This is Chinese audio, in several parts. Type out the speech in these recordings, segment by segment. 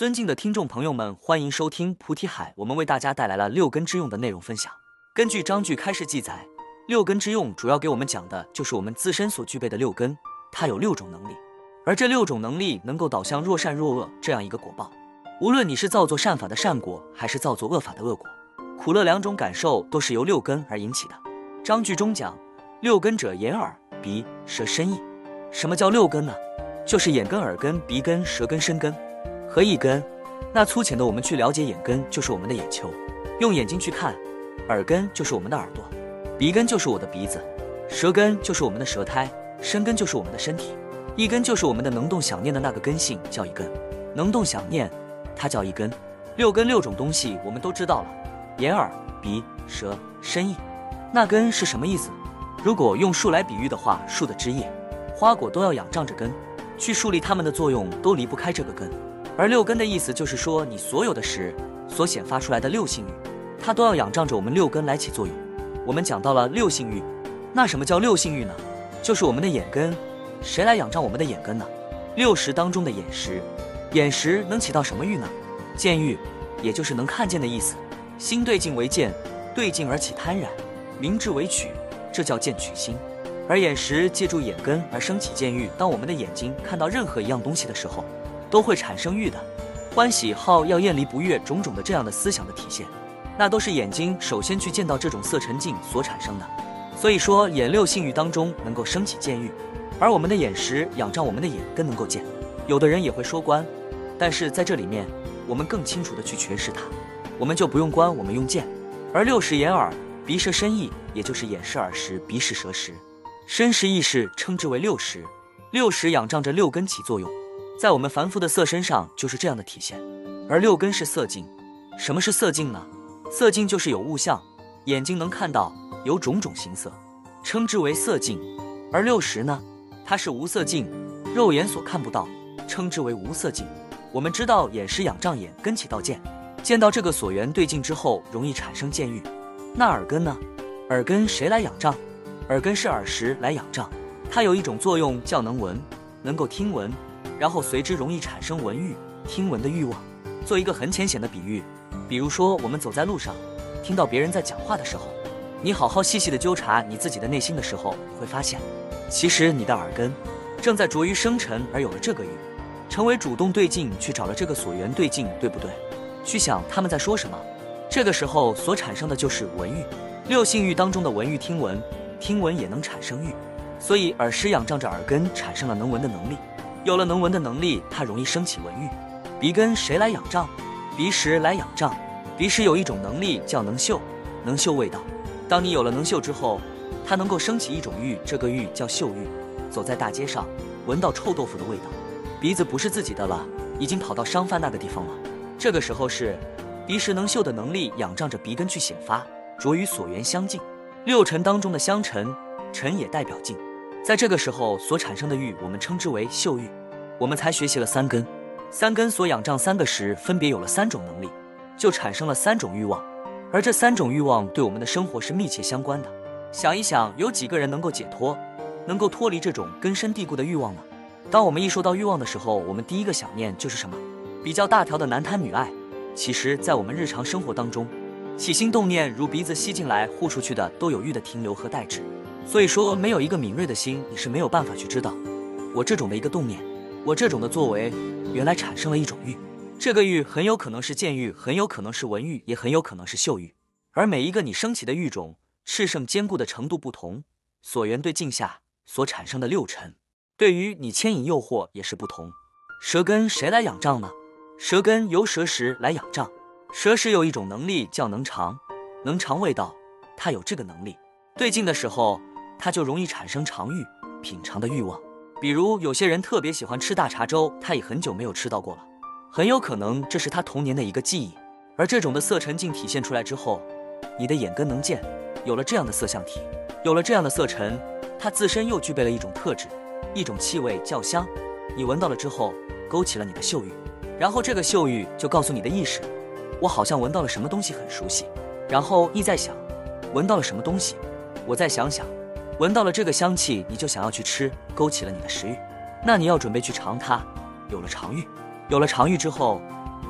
尊敬的听众朋友们，欢迎收听菩提海，我们为大家带来了六根之用的内容分享。根据章句开示记载，六根之用主要给我们讲的就是我们自身所具备的六根，它有6种能力，而这6种能力能够导向若善若恶这样一个果报。无论你是造作善法的善果，还是造作恶法的恶果，苦乐2种感受都是由六根而引起的。章句中讲，六根者眼耳鼻舌身意。什么叫六根呢？就是眼根、耳根、鼻根、舌根、身根。何以根？那粗浅的我们去了解，眼根就是我们的眼球，用眼睛去看；耳根就是我们的耳朵，鼻根就是我的鼻子，舌根就是我们的舌苔，身根就是我们的身体，意根就是我们的能动想念的那个根性，叫意根。能动想念，它叫意根。六根6种东西我们都知道了，眼耳鼻舌身意。那根是什么意思？如果用树来比喻的话，树的枝叶、花果都要仰仗着根，去树立它们的作用都离不开这个根。而六根的意思就是说，你所有的识所显发出来的6性欲，它都要仰仗着我们六根来起作用。我们讲到了6性欲，那什么叫6性欲呢？就是我们的眼根。谁来仰仗我们的眼根呢？6识当中的眼识。眼识能起到什么欲呢？见欲，也就是能看见的意思。心对境为见，对境而起贪染，明智为取，这叫见取心。而眼识借助眼根而升起见欲，当我们的眼睛看到任何一样东西的时候，都会产生欲的，欢喜好要厌离不悦种种的这样的思想的体现，那都是眼睛首先去见到这种色尘境所产生的。所以说眼6性欲当中能够升起见欲，而我们的眼识仰仗我们的眼根能够见。有的人也会说观，但是在这里面我们更清楚的去诠释它，我们就不用观，我们用见。而6识眼耳鼻舌身意，也就是眼识、耳识、鼻识、舌识、身识、意识，称之为6识。6识仰仗着6根起作用，在我们凡夫的色身上就是这样的体现。而6根是色境。什么是色境呢？色境就是有物象，眼睛能看到，有种种形色，称之为色境。而6识呢，它是无色境，肉眼所看不到，称之为无色境。我们知道眼识仰仗眼根起到见，见到这个所缘对境之后容易产生见欲。那耳根呢？耳根谁来仰仗？耳根是耳识来仰仗，它有一种作用叫能闻，能够听闻，然后随之容易产生闻欲、听闻的欲望。做一个很浅显的比喻，比如说我们走在路上，听到别人在讲话的时候，你好好细细的纠察你自己的内心的时候，你会发现，其实你的耳根正在着于生尘而有了这个欲，成为主动对境去找了这个所缘对境，对不对？去想他们在说什么，这个时候所产生的就是闻欲。6性欲当中的闻欲听闻，听闻也能产生欲，所以耳识仰仗着耳根产生了能闻的能力，有了能闻的能力，它容易升起闻欲。鼻根谁来仰仗？鼻识来仰仗。鼻识有一种能力叫能嗅，能嗅味道。当你有了能嗅之后，它能够升起一种欲，这个欲叫嗅欲。走在大街上，闻到臭豆腐的味道，鼻子不是自己的了，已经跑到商贩那个地方了。这个时候是鼻识能嗅的能力仰仗着鼻根去显发，着于所缘相近。6尘当中的相尘，尘也代表境，在这个时候所产生的欲，我们称之为嗅欲。我们才学习了3根，3根所仰仗3个识，分别有了3种能力，就产生了3种欲望。而这3种欲望对我们的生活是密切相关的。想一想，有几个人能够解脱，能够脱离这种根深蒂固的欲望呢？当我们一说到欲望的时候，我们第一个想念就是什么？比较大条的男贪女爱。其实在我们日常生活当中，起心动念如鼻子吸进来呼出去的，都有欲的停留和代滞。所以说没有一个敏锐的心，你是没有办法去知道，我这种的一个动念，我这种的作为，原来产生了一种欲。这个欲很有可能是见欲，很有可能是闻欲，也很有可能是嗅欲。而每一个你升起的欲种，炽盛坚固的程度不同，所缘对境下所产生的6尘，对于你牵引诱惑也是不同。舌根谁来仰仗呢？舌根由舌识来仰仗。舌识有一种能力叫能尝，能尝味道，它有这个能力，对境的时候，它就容易产生尝欲、品尝的欲望。比如有些人特别喜欢吃大碴粥，他也很久没有吃到过了，很有可能这是他童年的一个记忆。而这种的色尘境体现出来之后，你的眼根能见，有了这样的色相体，有了这样的色尘，它自身又具备了一种特质，一种气味叫香。你闻到了之后，勾起了你的嗅欲，然后这个嗅欲就告诉你的意识，我好像闻到了什么东西很熟悉。然后你再想，闻到了什么东西，我再想想，闻到了这个香气，你就想要去吃，勾起了你的食欲。那你要准备去尝它，有了尝欲，有了尝欲之后，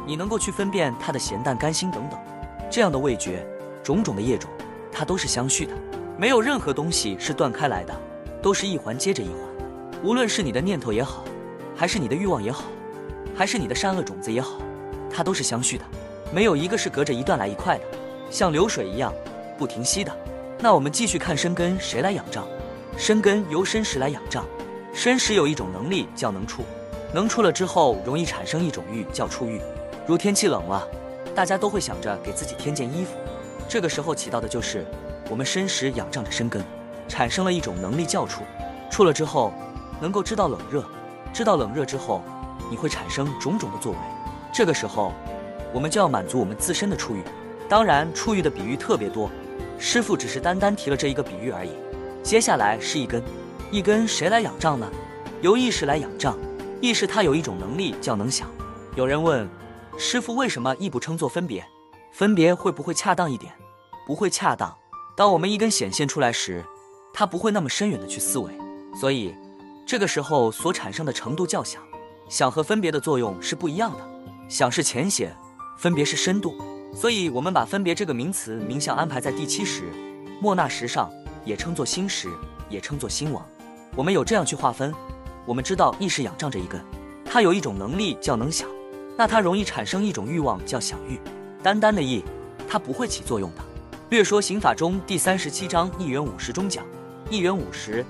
你能够去分辨它的咸淡甘辛等等，这样的味觉，种种的业种，它都是相续的，没有任何东西是断开来的，都是一环接着一环。无论是你的念头也好，还是你的欲望也好，还是你的善恶种子也好，它都是相续的，没有一个是隔着一段来一块的，像流水一样不停息的。那我们继续看身根谁来仰仗？身根由身识来仰仗，身识有一种能力叫能触，能触了之后容易产生一种欲叫触欲。如天气冷了，大家都会想着给自己添件衣服，这个时候起到的就是我们身识仰仗着身根，产生了一种能力叫触，触了之后能够知道冷热，知道冷热之后你会产生种种的作为，这个时候我们就要满足我们自身的触欲。当然触欲的比喻特别多，师父只是单单提了这一个比喻而已。接下来是一根，一根谁来仰仗呢？由意识来仰仗，意识它有一种能力叫能想。有人问师父，为什么意不称作分别？分别会不会恰当一点？不会恰当。当我们一根显现出来时，它不会那么深远的去思维，所以这个时候所产生的程度较小。想和分别的作用是不一样的，想是浅显，分别是深度。所以我们把分别这个名词名相安排在第7识，莫那识上，也称作心识，也称作心王。我们有这样去划分，我们知道意识仰仗这一根，它有一种能力叫能想，那它容易产生一种欲望叫想欲。单单的意，它不会起作用的。略说刑法中第37章1元50中讲，1元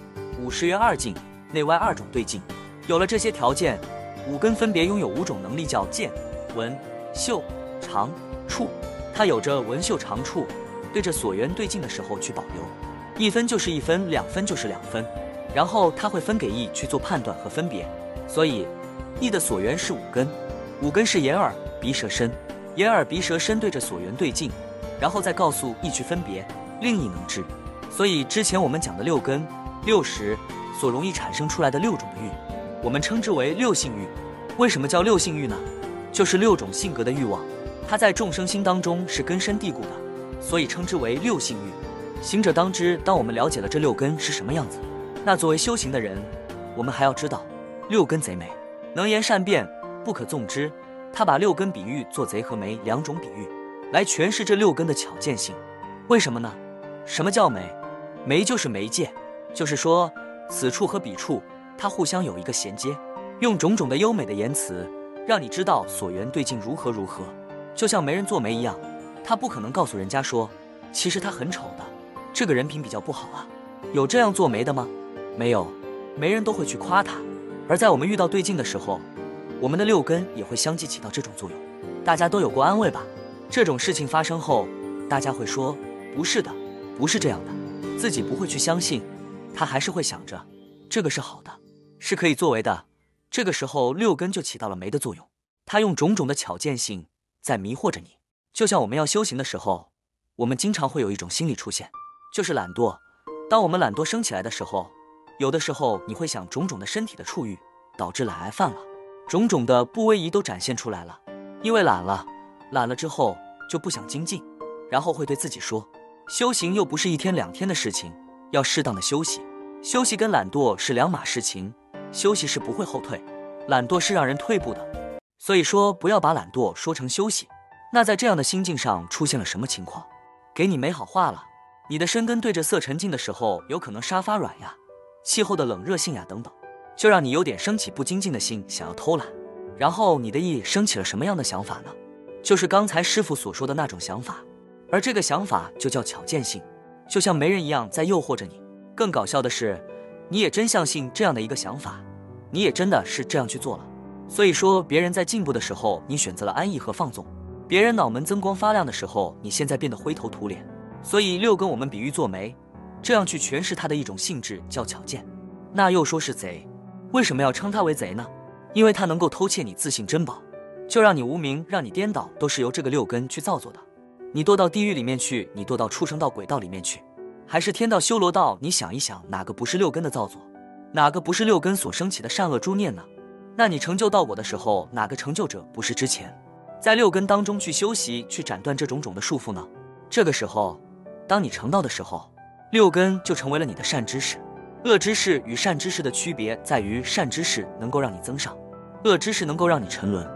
50元2境，内外2种对境。有了这些条件，五根分别拥有5种能力叫见、闻、嗅、尝、触。它有着闻嗅尝触，对着所缘对境的时候去保留，一分就是一分，两分就是两分，然后它会分给意去做判断和分别。所以意的所缘是五根，五根是眼耳鼻舌身，眼耳鼻舌身对着所缘对境，然后再告诉意去分别，令意能知。所以之前我们讲的6根6识所容易产生出来的6种的欲，我们称之为6性欲。为什么叫6性欲呢？就是6种性格的欲望，它在众生心当中是根深蒂固的，所以称之为6性欲。行者当知，当我们了解了这6根是什么样子，那作为修行的人，我们还要知道6根贼眉，能言善辩，不可纵之。他把6根比喻做贼和眉2种比喻，来诠释这6根的巧见性。为什么呢？什么叫眉？眉就是媒介，就是说此处和彼处它互相有一个衔接，用种种的优美的言辞让你知道所缘对境如何如何。就像媒人做媒一样，他不可能告诉人家说其实他很丑的，这个人品比较不好啊。有这样做媒的吗？没有，媒人都会去夸他。而在我们遇到对境的时候，我们的6根也会相继起到这种作用。大家都有过安慰吧？这种事情发生后，大家会说不是的，不是这样的，自己不会去相信，他还是会想着这个是好的，是可以作为的。这个时候6根就起到了媒的作用，他用种种的巧见性在迷惑着你。就像我们要修行的时候，我们经常会有一种心理出现，就是懒惰。当我们懒惰升起来的时候，有的时候你会想种种的身体的触欲，导致懒癌犯了，种种的不威仪都展现出来了。因为懒了之后就不想精进，然后会对自己说，修行又不是1天2天的事情，要适当的休息。休息跟懒惰是两码事情，休息是不会后退，懒惰是让人退步的。所以说不要把懒惰说成休息。那在这样的心境上出现了什么情况？给你美好化了，你的身根对着色沉静的时候，有可能沙发软呀，气候的冷热性呀等等，就让你有点升起不精进的心，想要偷懒。然后你的意升起了什么样的想法呢？就是刚才师父所说的那种想法，而这个想法就叫巧见性，就像媒人一样在诱惑着你。更搞笑的是，你也真相信这样的一个想法，你也真的是这样去做了。所以说别人在进步的时候，你选择了安逸和放纵；别人脑门增光发亮的时候，你现在变得灰头土脸。所以6根我们比喻做媒，这样去诠释它的一种性质叫巧见。那又说是贼，为什么要称它为贼呢？因为它能够偷窃你自信珍宝，就让你无明，让你颠倒，都是由这个6根去造作的。你堕到地狱里面去，你堕到畜生道轨道里面去，还是天道修罗道，你想一想，哪个不是6根的造作？哪个不是6根所升起的善恶诸念呢？那你成就道果的时候，哪个成就者不是之前在6根当中去修习，去斩断这种种的束缚呢？这个时候当你成道的时候，6根就成为了你的善知识。恶知识与善知识的区别在于，善知识能够让你增上，恶知识能够让你沉沦。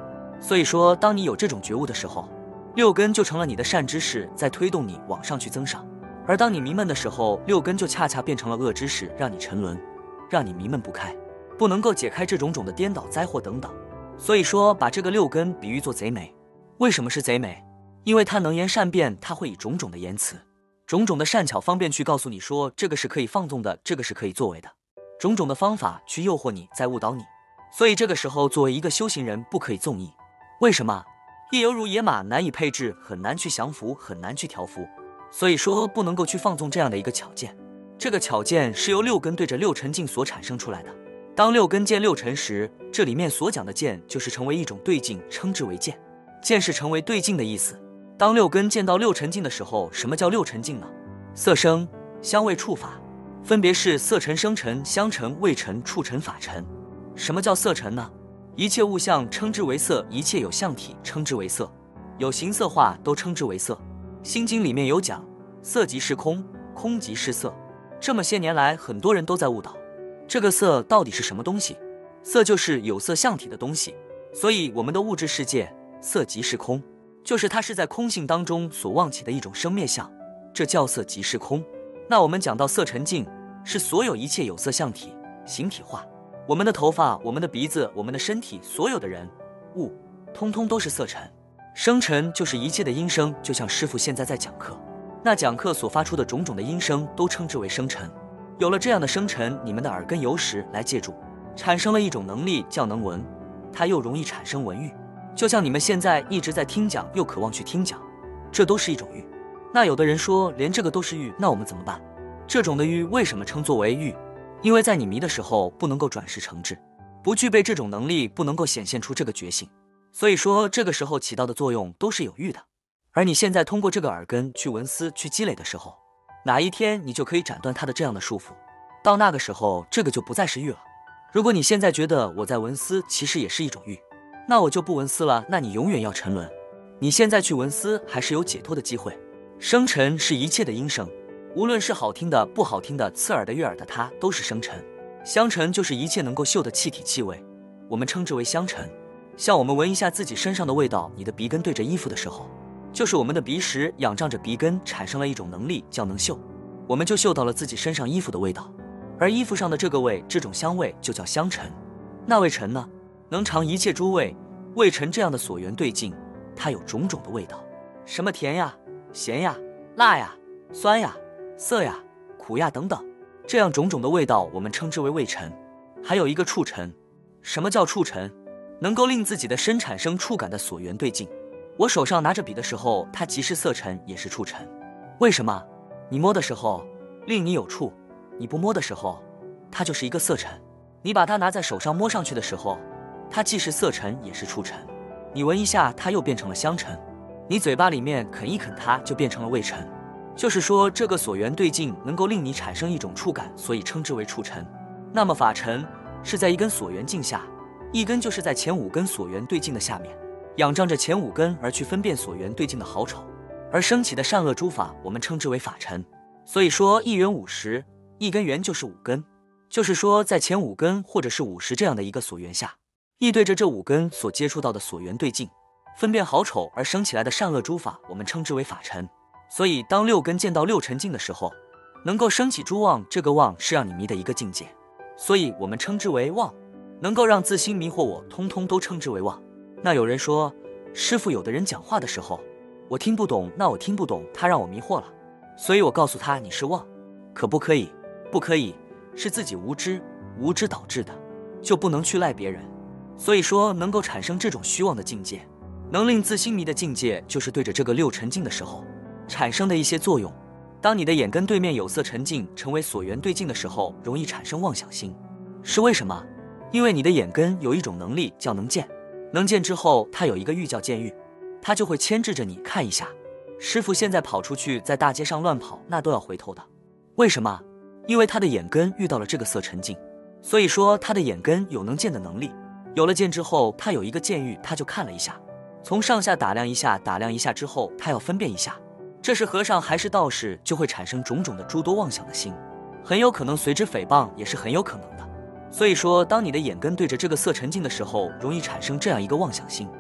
所以说，当你有这种觉悟的时候，六根就成了你的善知识，在推动你往上去增上；而当你迷闷的时候，六根就恰恰变成了恶知识，让你沉沦，让你迷闷不开，不能够解开这种种的颠倒灾祸等等。所以说，把这个六根比喻作贼眉。为什么是贼眉？因为它能言善辩，它会以种种的言辞、种种的善巧方便去告诉你说，这个是可以放纵的，这个是可以作为的，种种的方法去诱惑你，在误导你。所以这个时候，作为一个修行人，不可以纵意。为什么？意犹如野马，难以配置，很难去降服，很难去调服。所以说，不能够去放纵这样的一个巧见。这个巧见是由六根对着六尘境所产生出来的。当六根见六尘时，这里面所讲的见就是成为一种对境，称之为见。见是成为对境的意思。当六根见到六尘境的时候，什么叫六尘境呢？色声香味触法，分别是色尘、声尘、香尘、味尘、触尘、法尘。什么叫色尘呢？一切物象称之为色，一切有相体称之为色，有形色化都称之为色。心经里面有讲，色即是空，空即是色。这么些年来，很多人都在误导，这个色到底是什么东西？色就是有色相体的东西，所以我们的物质世界，色即是空，就是它是在空性当中所望起的一种生灭相，这叫色即是空。那我们讲到色尘境，是所有一切有色相体形体化。我们的头发，我们的鼻子，我们的身体，所有的人物，通通都是色尘。声尘就是一切的音声，就像师父现在在讲课，那讲课所发出的种种的音声都称之为声尘。有了这样的声尘，你们的耳根由实来借助，产生了一种能力叫能闻，它又容易产生闻欲。就像你们现在一直在听讲，又渴望去听讲，这都是一种欲。那有的人说连这个都是欲，那我们怎么办？这种的欲为什么称作为欲？因为在你迷的时候不能够转识成智，不具备这种能力，不能够显现出这个觉性，所以说这个时候起到的作用都是有欲的。而你现在通过这个耳根去闻思去积累的时候，哪一天你就可以斩断它的这样的束缚，到那个时候这个就不再是欲了。如果你现在觉得我在闻思其实也是一种欲，那我就不闻思了，那你永远要沉沦。你现在去闻思还是有解脱的机会。声尘是一切的音声，无论是好听的不好听的，刺耳的悦耳的，它都是声尘。香尘就是一切能够嗅的气体气味，我们称之为香尘。像我们闻一下自己身上的味道，你的鼻根对着衣服的时候，就是我们的鼻识仰仗着鼻根产生了一种能力叫能嗅，我们就嗅到了自己身上衣服的味道，而衣服上的这个味，这种香味就叫香尘。那味尘呢，能尝一切诸味，味尘这样的所缘对境，它有种种的味道，什么甜呀、咸呀、辣呀、酸呀、涩呀、苦呀等等，这样种种的味道我们称之为味尘。还有一个触尘。什么叫触尘？能够令自己的身产生触感的所缘对境。我手上拿着笔的时候，它即是色尘，也是触尘。为什么？你摸的时候令你有触，你不摸的时候它就是一个色尘。你把它拿在手上摸上去的时候，它既是色尘也是触尘。你闻一下它又变成了香尘，你嘴巴里面啃一啃它就变成了味尘。就是说这个所缘对境能够令你产生一种触感，所以称之为触尘。那么法尘是在一根所缘境下，一根就是在前五根所缘对境的下面，仰仗着前五根而去分辨所缘对境的好丑，而升起的善恶诸法我们称之为法尘。所以说一元50，一根缘就是五根，就是说在前五根或者是50这样的一个所缘下，意对着这五根所接触到的所缘对境，分辨好丑而生起来的善恶诸法我们称之为法尘。所以当六根见到六尘境的时候，能够升起诸妄，这个妄是让你迷的一个境界，所以我们称之为妄，能够让自心迷惑我，通通都称之为妄。那有人说，师父有的人讲话的时候我听不懂，那我听不懂，他让我迷惑了，所以我告诉他你是妄，可不可以？不可以，是自己无知，无知导致的，就不能去赖别人。所以说能够产生这种虚妄的境界，能令自心迷的境界，就是对着这个六尘境的时候产生的一些作用。当你的眼跟对面有色尘境成为所缘对境的时候，容易产生妄想心，是为什么？因为你的眼根有一种能力叫能见，能见之后它有一个欲叫见欲，它就会牵制着你看一下。师父现在跑出去在大街上乱跑，那都要回头的。为什么？因为他的眼根遇到了这个色尘境，所以说他的眼根有能见的能力，有了见之后他有一个见欲，他就看了一下，从上下打量一下，打量一下之后他要分辨一下，这是和尚还是道士，就会产生种种的诸多妄想的心，很有可能随之诽谤，也是很有可能的。所以说当你的眼根对着这个色尘境的时候，容易产生这样一个妄想心。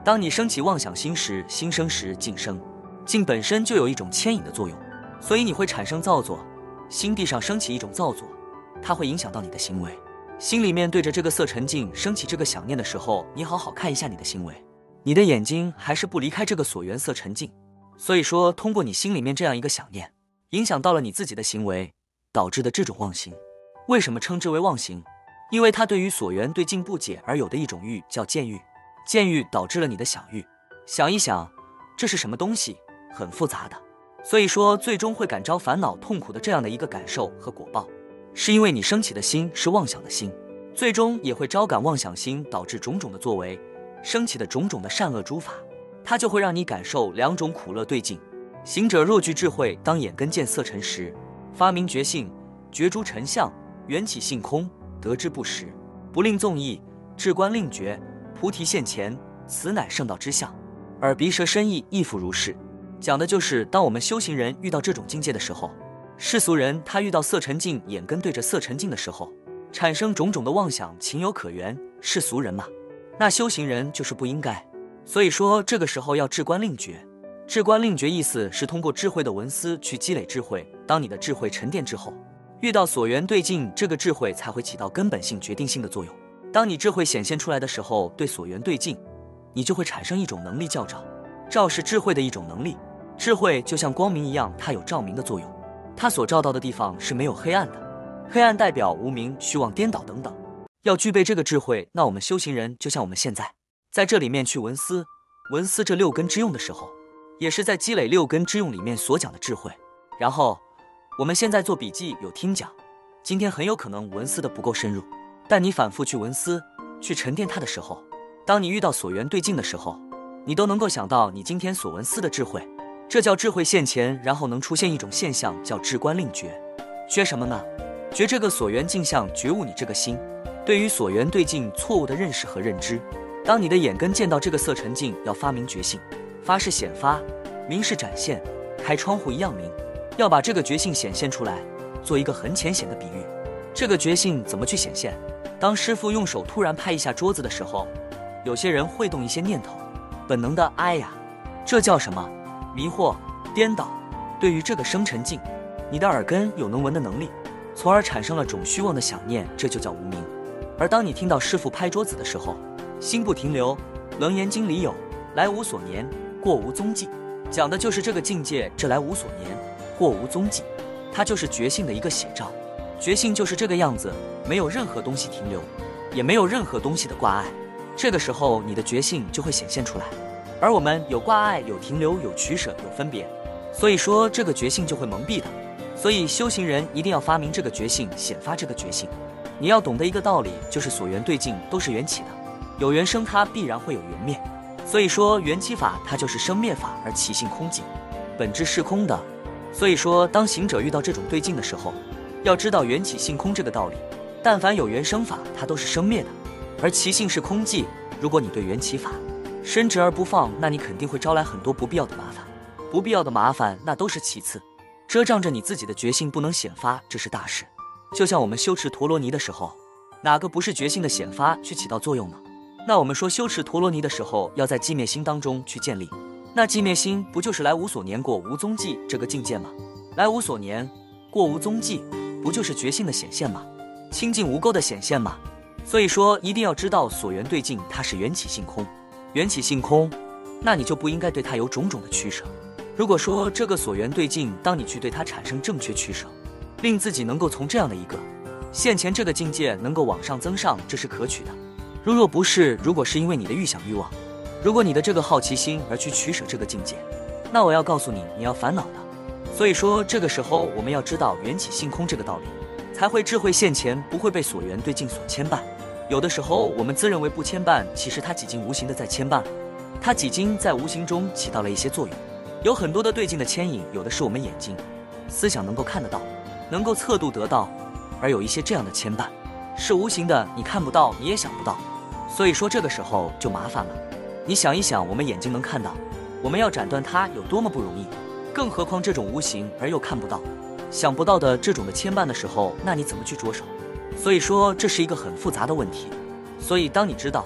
当你升起妄想心时，心生时境生，境本身就有一种牵引的作用，所以你会产生造作，心地上升起一种造作，它会影响到你的行为。心里面对着这个色尘境升起这个想念的时候，你好好看一下你的行为，你的眼睛还是不离开这个所缘色尘境。所以说，通过你心里面这样一个想念，影响到了你自己的行为，导致的这种妄行。为什么称之为妄行？因为它对于所缘对境不解而有的一种欲叫见欲，见欲导致了你的想欲。想一想，这是什么东西？很复杂的。所以说，最终会感召烦恼痛苦的这样的一个感受和果报，是因为你升起的心是妄想的心，最终也会招感妄想心，导致种种的作为，升起的种种的善恶诸法，它就会让你感受两种苦乐对境。行者若具智慧，当眼根见色尘时，发明觉性，觉诸尘相，缘起性空，得之不实，不令纵意，至观令觉，菩提现前，此乃圣道之相。耳鼻舌身意亦复如是。讲的就是当我们修行人遇到这种境界的时候，世俗人他遇到色尘境，眼根对着色尘境的时候，产生种种的妄想，情有可原。世俗人嘛，那修行人就是不应该。所以说这个时候要至观令觉。至观令觉意思是通过智慧的文思去积累智慧，当你的智慧沉淀之后，遇到所缘对境，这个智慧才会起到根本性决定性的作用。当你智慧显现出来的时候，对所缘对境，你就会产生一种能力叫照。照是智慧的一种能力，智慧就像光明一样，它有照明的作用，它所照到的地方是没有黑暗的，黑暗代表无明、虚妄、颠倒等等。要具备这个智慧，那我们修行人就像我们现在这里面去文思这六根之用的时候，也是在积累六根之用里面所讲的智慧。然后我们现在做笔记有听讲，今天很有可能文思的不够深入，但你反复去文思，去沉淀它的时候，当你遇到所缘对境的时候，你都能够想到你今天所闻思的智慧，这叫智慧现前。然后能出现一种现象叫至观令觉。觉什么呢？觉这个所缘镜像，觉悟你这个心对于所缘对境错误的认识和认知。当你的眼根见到这个色尘境，要发明觉性，发是显发，明是展现，开窗户一样明，要把这个觉性显现出来。做一个很浅显的比喻，这个觉性怎么去显现？当师父用手突然拍一下桌子的时候，有些人会动一些念头，本能的哎呀，这叫什么？迷惑、颠倒。对于这个生尘境，你的耳根有能闻的能力，从而产生了种虚妄的想念，这就叫无明。而当你听到师父拍桌子的时候，心不停留。楞严经里有来无所年，过无踪迹，讲的就是这个境界。这来无所年，过无踪迹，它就是觉性的一个写照。觉性就是这个样子，没有任何东西停留，也没有任何东西的挂碍，这个时候你的觉性就会显现出来。而我们有挂碍，有停留，有取舍，有分别，所以说这个觉性就会蒙蔽的。所以修行人一定要发明这个觉性，显发这个觉性。你要懂得一个道理，就是所缘对境都是缘起的，有缘生它必然会有缘灭，所以说缘起法它就是生灭法，而其性空寂，本质是空的。所以说当行者遇到这种对境的时候，要知道缘起性空这个道理，但凡有缘生法，它都是生灭的，而其性是空寂。如果你对缘起法深执而不放，那你肯定会招来很多不必要的麻烦。不必要的麻烦那都是其次，遮障着你自己的觉性不能显发，这是大事。就像我们修持陀罗尼的时候，哪个不是觉性的显发去起到作用呢？那我们说修持陀罗尼的时候，要在寂灭心当中去建立，那寂灭心不就是来无所年，过无踪迹这个境界吗？来无所年，过无踪迹，不就是觉性的显现吗？清净无垢的显现吗？所以说一定要知道所缘对境它是缘起性空，缘起性空，那你就不应该对它有种种的取舍。如果说这个所缘对境，当你去对它产生正确取舍，令自己能够从这样的一个现前这个境界能够往上增上，这是可取的。如若不是，如果是因为你的欲想欲望，如果你的这个好奇心而去取舍这个境界，那我要告诉你，你要烦恼的。所以说这个时候我们要知道缘起性空这个道理，才会智慧现前，不会被所缘对境所牵绊。有的时候我们自认为不牵绊，其实它几经无形的在牵绊，它几经在无形中起到了一些作用。有很多的对境的牵引，有的是我们眼睛思想能够看得到，能够测度得到，而有一些这样的牵绊是无形的，你看不到，你也想不到。所以说这个时候就麻烦了。你想一想，我们眼睛能看到，我们要斩断它有多么不容易，更何况这种无形而又看不到、想不到的这种的牵绊的时候，那你怎么去着手？所以说这是一个很复杂的问题。所以当你知道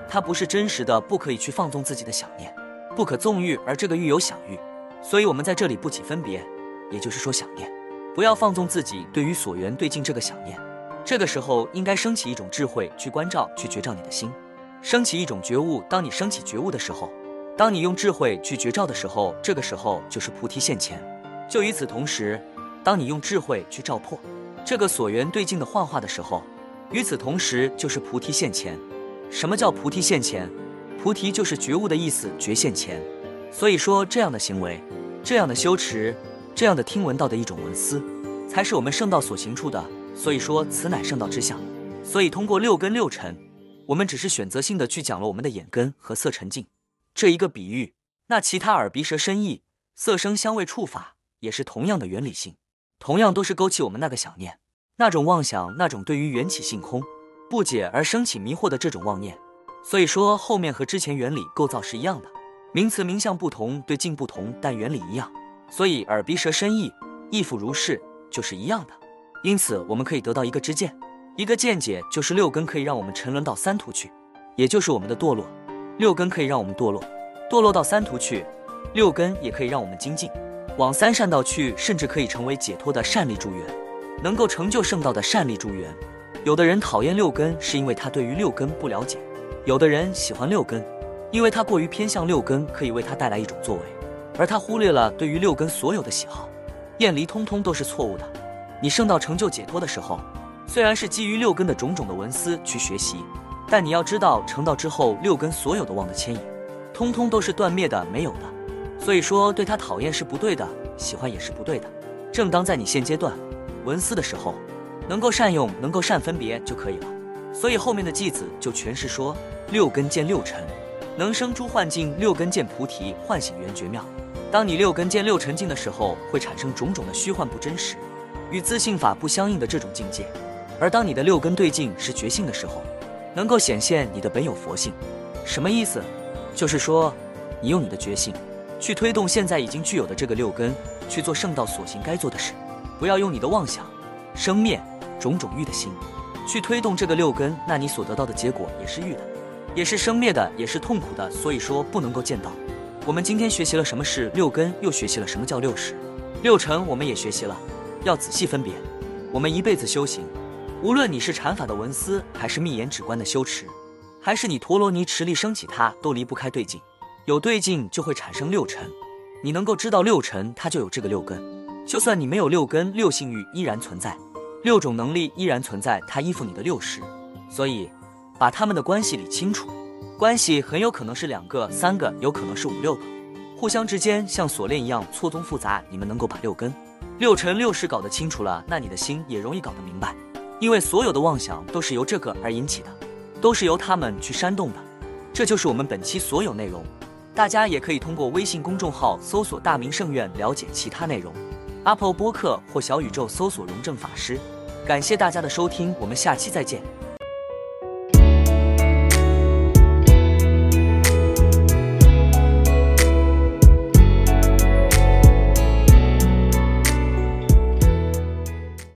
它不是真实的，不可以去放纵自己的想念，不可纵欲，而这个欲有想欲，所以我们在这里不起分别，也就是说想念，不要放纵自己对于所缘对境这个想念。这个时候应该升起一种智慧去关照，去觉照你的心，升起一种觉悟。当你升起觉悟的时候，当你用智慧去觉照的时候，这个时候就是菩提现前。就与此同时，当你用智慧去照破这个所缘对境的幻化的时候，与此同时就是菩提现前。什么叫菩提现前？菩提就是觉悟的意思，觉现前。所以说这样的行为，这样的修持，这样的听闻到的一种文思，才是我们圣道所行处的。所以说此乃圣道之相。所以通过六根六尘，我们只是选择性的去讲了我们的眼根和色尘境这一个比喻，那其他耳鼻舌身意色声香味触法也是同样的原理性，同样都是勾起我们那个想念，那种妄想，那种对于缘起性空不解而生起迷惑的这种妄念。所以说后面和之前原理构造是一样的，名词名相不同，对境不同，但原理一样。所以耳鼻舌身意亦复如是，就是一样的。因此我们可以得到一个知见，一个见解，就是六根可以让我们沉沦到三途去，也就是我们的堕落。六根可以让我们堕落，堕落到三途去；六根也可以让我们精进，往三善道去，甚至可以成为解脱的善力助缘，能够成就圣道的善力助缘。有的人讨厌六根，是因为他对于六根不了解；有的人喜欢六根，因为他过于偏向六根可以为他带来一种作为，而他忽略了对于六根所有的喜好、厌离，通通都是错误的。你圣道成就解脱的时候，虽然是基于六根的种种的文思去学习，但你要知道成道之后，六根所有的妄的牵引通通都是断灭的，没有的。所以说对他讨厌是不对的，喜欢也是不对的。正当在你现阶段文思的时候，能够善用，能够善分别就可以了。所以后面的偈子就诠释说，六根见六尘，能生诸幻境；六根见菩提，唤醒圆觉妙。当你六根见六尘境的时候，会产生种种的虚幻不真实，与自性法不相应的这种境界。而当你的六根对境是觉性的时候，能够显现你的本有佛性。什么意思？就是说你用你的觉性去推动现在已经具有的这个六根，去做圣道所行该做的事，不要用你的妄想、生灭、种种欲的心去推动这个六根，那你所得到的结果也是欲的，也是生灭的，也是痛苦的。所以说不能够见到。我们今天学习了什么是六根，又学习了什么叫六识、六尘，我们也学习了要仔细分别。我们一辈子修行，无论你是禅法的文思，还是密言止观的修持，还是你陀罗尼持力升起，它都离不开对境。有对境就会产生六尘，你能够知道六尘，它就有这个六根。就算你没有六根，六性欲依然存在，六种能力依然存在，它依附你的六识。所以把它们的关系理清楚，关系很有可能是2个、3个，有可能是5、6个，互相之间像锁链一样错综复杂。你们能够把六根、六尘、六识搞得清楚了，那你的心也容易搞得明白。因为所有的妄想都是由这个而引起的，都是由他们去煽动的。这就是我们本期所有内容，大家也可以通过微信公众号搜索大明圣院了解其他内容， Apple 播客或小宇宙搜索荣正法师。感谢大家的收听，我们下期再见。